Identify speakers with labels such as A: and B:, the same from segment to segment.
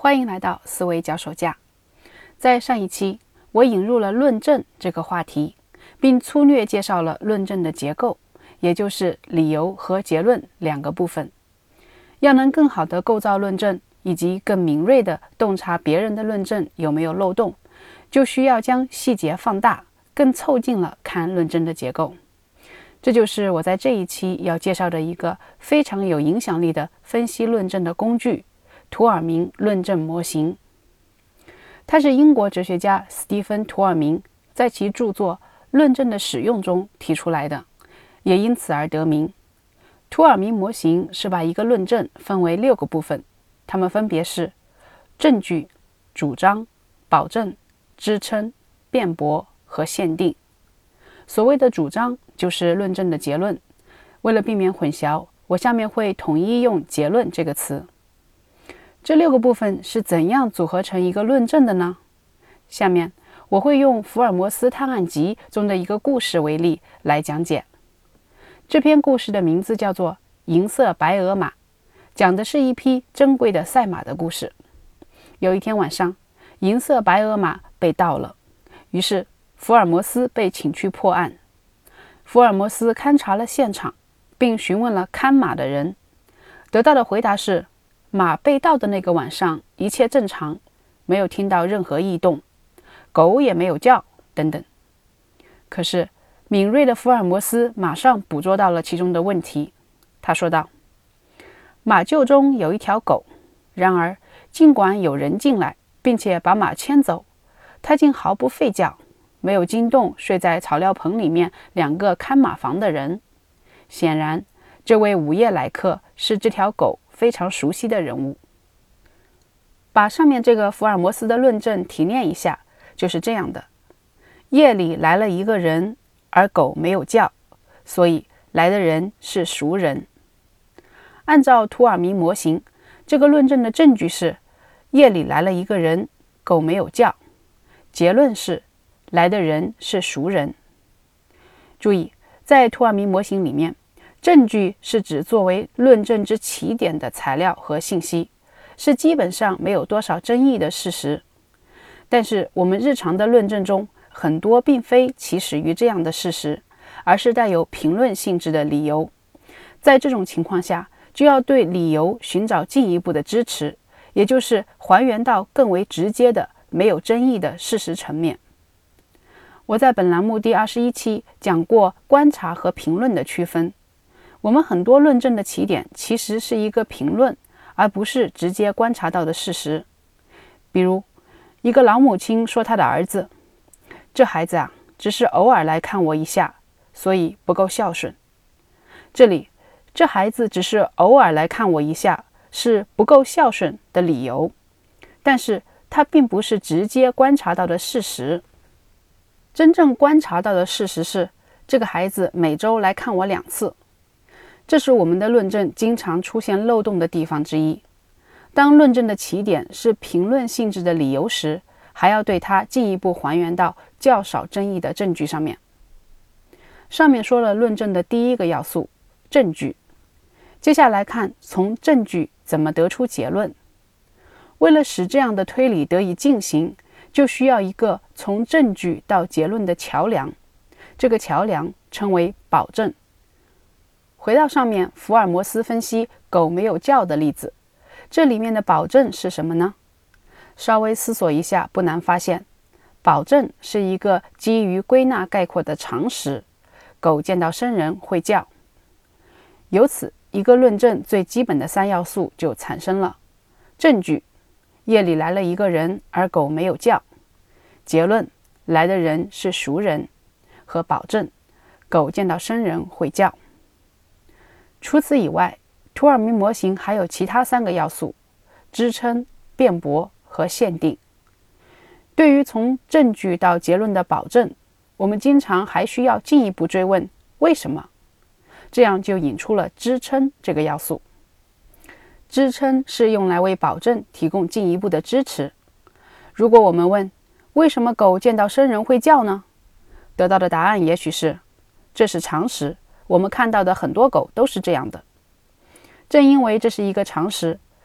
A: 欢迎来到思维脚手架。在上一期，我引入了论证这个话题，并粗略介绍了论证的结构，也就是理由和结论两个部分。要能更好地构造论证，以及更敏锐地洞察别人的论证有没有漏洞，就需要将细节放大，更凑近了看论证的结构。这就是我在这一期要介绍的一个非常有影响力的分析论证的工具——图尔明论证模型。它是英国哲学家斯蒂芬·图尔明在其著作《论证的使用》中提出来的，也因此而得名。图尔明模型是把一个论证分为6个部分，它们分别是证据、主张、保证、支撑、辩驳和限定。所谓的主张就是论证的结论，为了避免混淆，我下面会统一用结论这个词。这6个部分是怎样组合成一个论证的呢？下面我会用《福尔摩斯探案集》中的一个故事为例来讲解。这篇故事的名字叫做《银色白额马》，讲的是一匹珍贵的赛马的故事。有一天晚上，银色白额马被盗了，于是福尔摩斯被请去破案。福尔摩斯勘察了现场，并询问了看马的人，得到的回答是马被盗的那个晚上一切正常，没有听到任何异动，狗也没有叫等等。可是敏锐的福尔摩斯马上捕捉到了其中的问题。他说道：马厩中有一条狗，然而尽管有人进来并且把马牵走，它竟毫不吠叫，没有惊动睡在草料棚里面2个看马房的人。显然这位午夜来客是这条狗非常熟悉的人物。把上面这个福尔摩斯的论证提炼一下，就是这样的：夜里来了一个人，而狗没有叫，所以来的人是熟人。按照图尔明模型，这个论证的证据是夜里来了一个人，狗没有叫，结论是来的人是熟人。注意，在图尔明模型里面，证据是指作为论证之起点的材料和信息，是基本上没有多少争议的事实。但是我们日常的论证中，很多并非起始于这样的事实，而是带有评论性质的理由。在这种情况下，就要对理由寻找进一步的支持，也就是还原到更为直接的、没有争议的事实层面。我在本栏目第21期讲过观察和评论的区分。我们很多论证的起点其实是一个评论，而不是直接观察到的事实。比如，一个老母亲说她的儿子：这孩子啊，只是偶尔来看我一下，所以不够孝顺。这里，这孩子只是偶尔来看我一下，是不够孝顺的理由，但是它并不是直接观察到的事实。真正观察到的事实是，这个孩子每周来看我2次。这是我们的论证经常出现漏洞的地方之一。当论证的起点是评论性质的理由时，还要对它进一步还原到较少争议的证据上面。上面说了论证的第一个要素，证据。接下来看从证据怎么得出结论。为了使这样的推理得以进行，就需要一个从证据到结论的桥梁，这个桥梁称为保证。回到上面福尔摩斯分析狗没有叫的例子，这里面的保证是什么呢？稍微思索一下，不难发现，保证是一个基于归纳概括的常识，狗见到生人会叫。由此，一个论证最基本的3要素就产生了：证据，夜里来了一个人，而狗没有叫；结论，来的人是熟人；和保证，狗见到生人会叫。除此以外，图尔明模型还有其他3个要素：支撑、辩驳和限定。对于从证据到结论的保证，我们经常还需要进一步追问为什么，这样就引出了支撑这个要素。支撑是用来为保证提供进一步的支持。如果我们问为什么狗见到生人会叫呢？得到的答案也许是这是常识，我们看到的很多狗都是这样的。正因为这是一个常识，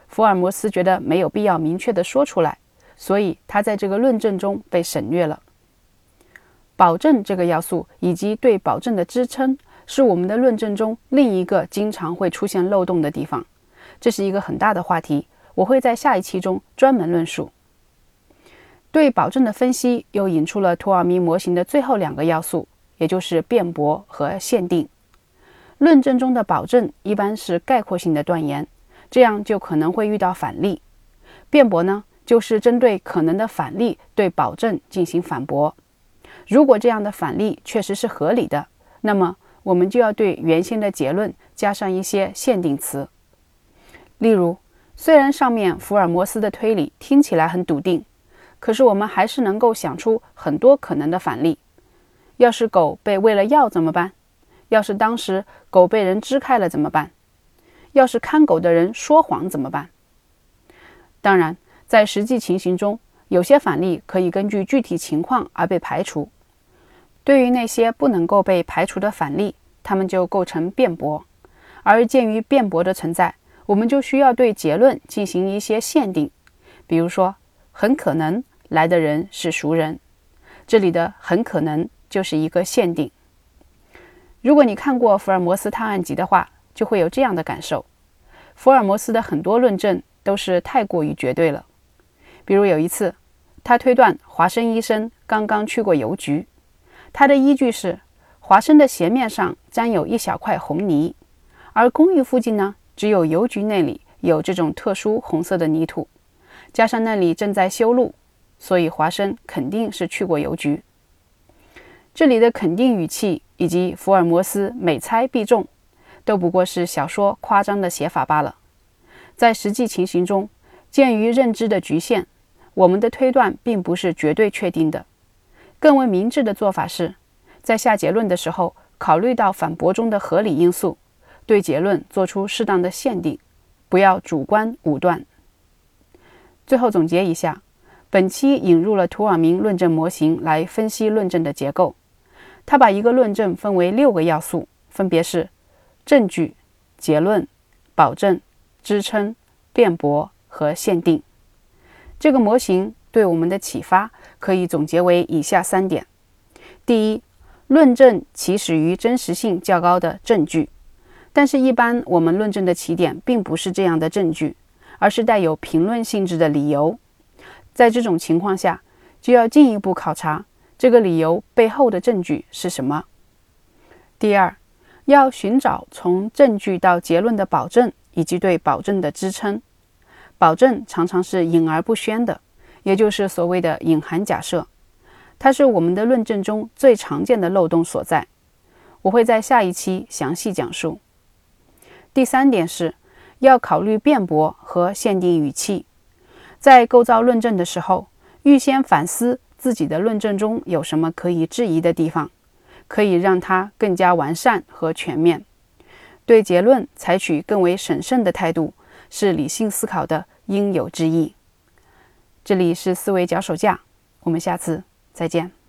A: 福尔摩斯觉得没有必要明确地说出来，所以他在这个论证中被省略了。保证这个要素以及对保证的支撑，是我们的论证中另一个经常会出现漏洞的地方。这是一个很大的话题，我会在下一期中专门论述。对保证的分析又引出了图尔明模型的最后2个要素，也就是辩驳和限定。论证中的保证一般是概括性的断言，这样就可能会遇到反例。辩驳呢，就是针对可能的反例对保证进行反驳。如果这样的反例确实是合理的，那么我们就要对原先的结论加上一些限定词。例如，虽然上面福尔摩斯的推理听起来很笃定，可是我们还是能够想出很多可能的反例。要是狗被喂了药怎么办？要是当时狗被人支开了怎么办？要是看狗的人说谎怎么办？当然，在实际情形中，有些反例可以根据具体情况而被排除。对于那些不能够被排除的反例，它们就构成辩驳。而鉴于辩驳的存在，我们就需要对结论进行一些限定。比如说，很可能来的人是熟人，这里的很可能就是一个限定。如果你看过福尔摩斯探案集的话，就会有这样的感受。福尔摩斯的很多论证都是太过于绝对了。比如有一次，他推断华生医生刚刚去过邮局，他的依据是华生的鞋面上沾有一小块红泥，而公寓附近呢，只有邮局那里有这种特殊红色的泥土，加上那里正在修路，所以华生肯定是去过邮局。这里的肯定语气以及福尔摩斯每猜必中，都不过是小说夸张的写法罢了。在实际情形中，鉴于认知的局限，我们的推断并不是绝对确定的。更为明智的做法是，在下结论的时候，考虑到反驳中的合理因素，对结论做出适当的限定，不要主观武断。最后总结一下，本期引入了图尔明论证模型来分析论证的结构。它把一个论证分为6个要素，分别是证据、结论、保证、支撑、辩驳和限定。这个模型对我们的启发可以总结为以下3点。第一，论证起始于真实性较高的证据，但是一般我们论证的起点并不是这样的证据，而是带有评论性质的理由。在这种情况下，就要进一步考察这个理由背后的证据是什么。第二，要寻找从证据到结论的保证以及对保证的支撑。保证常常是隐而不宣的，也就是所谓的隐含假设，它是我们的论证中最常见的漏洞所在。我会在下一期详细讲述。第3点是要考虑辩驳和限定语气。在构造论证的时候，预先反思自己的论证中有什么可以质疑的地方，可以让它更加完善和全面。对结论采取更为审慎的态度，是理性思考的应有之义。这里是思维脚手架，我们下次再见。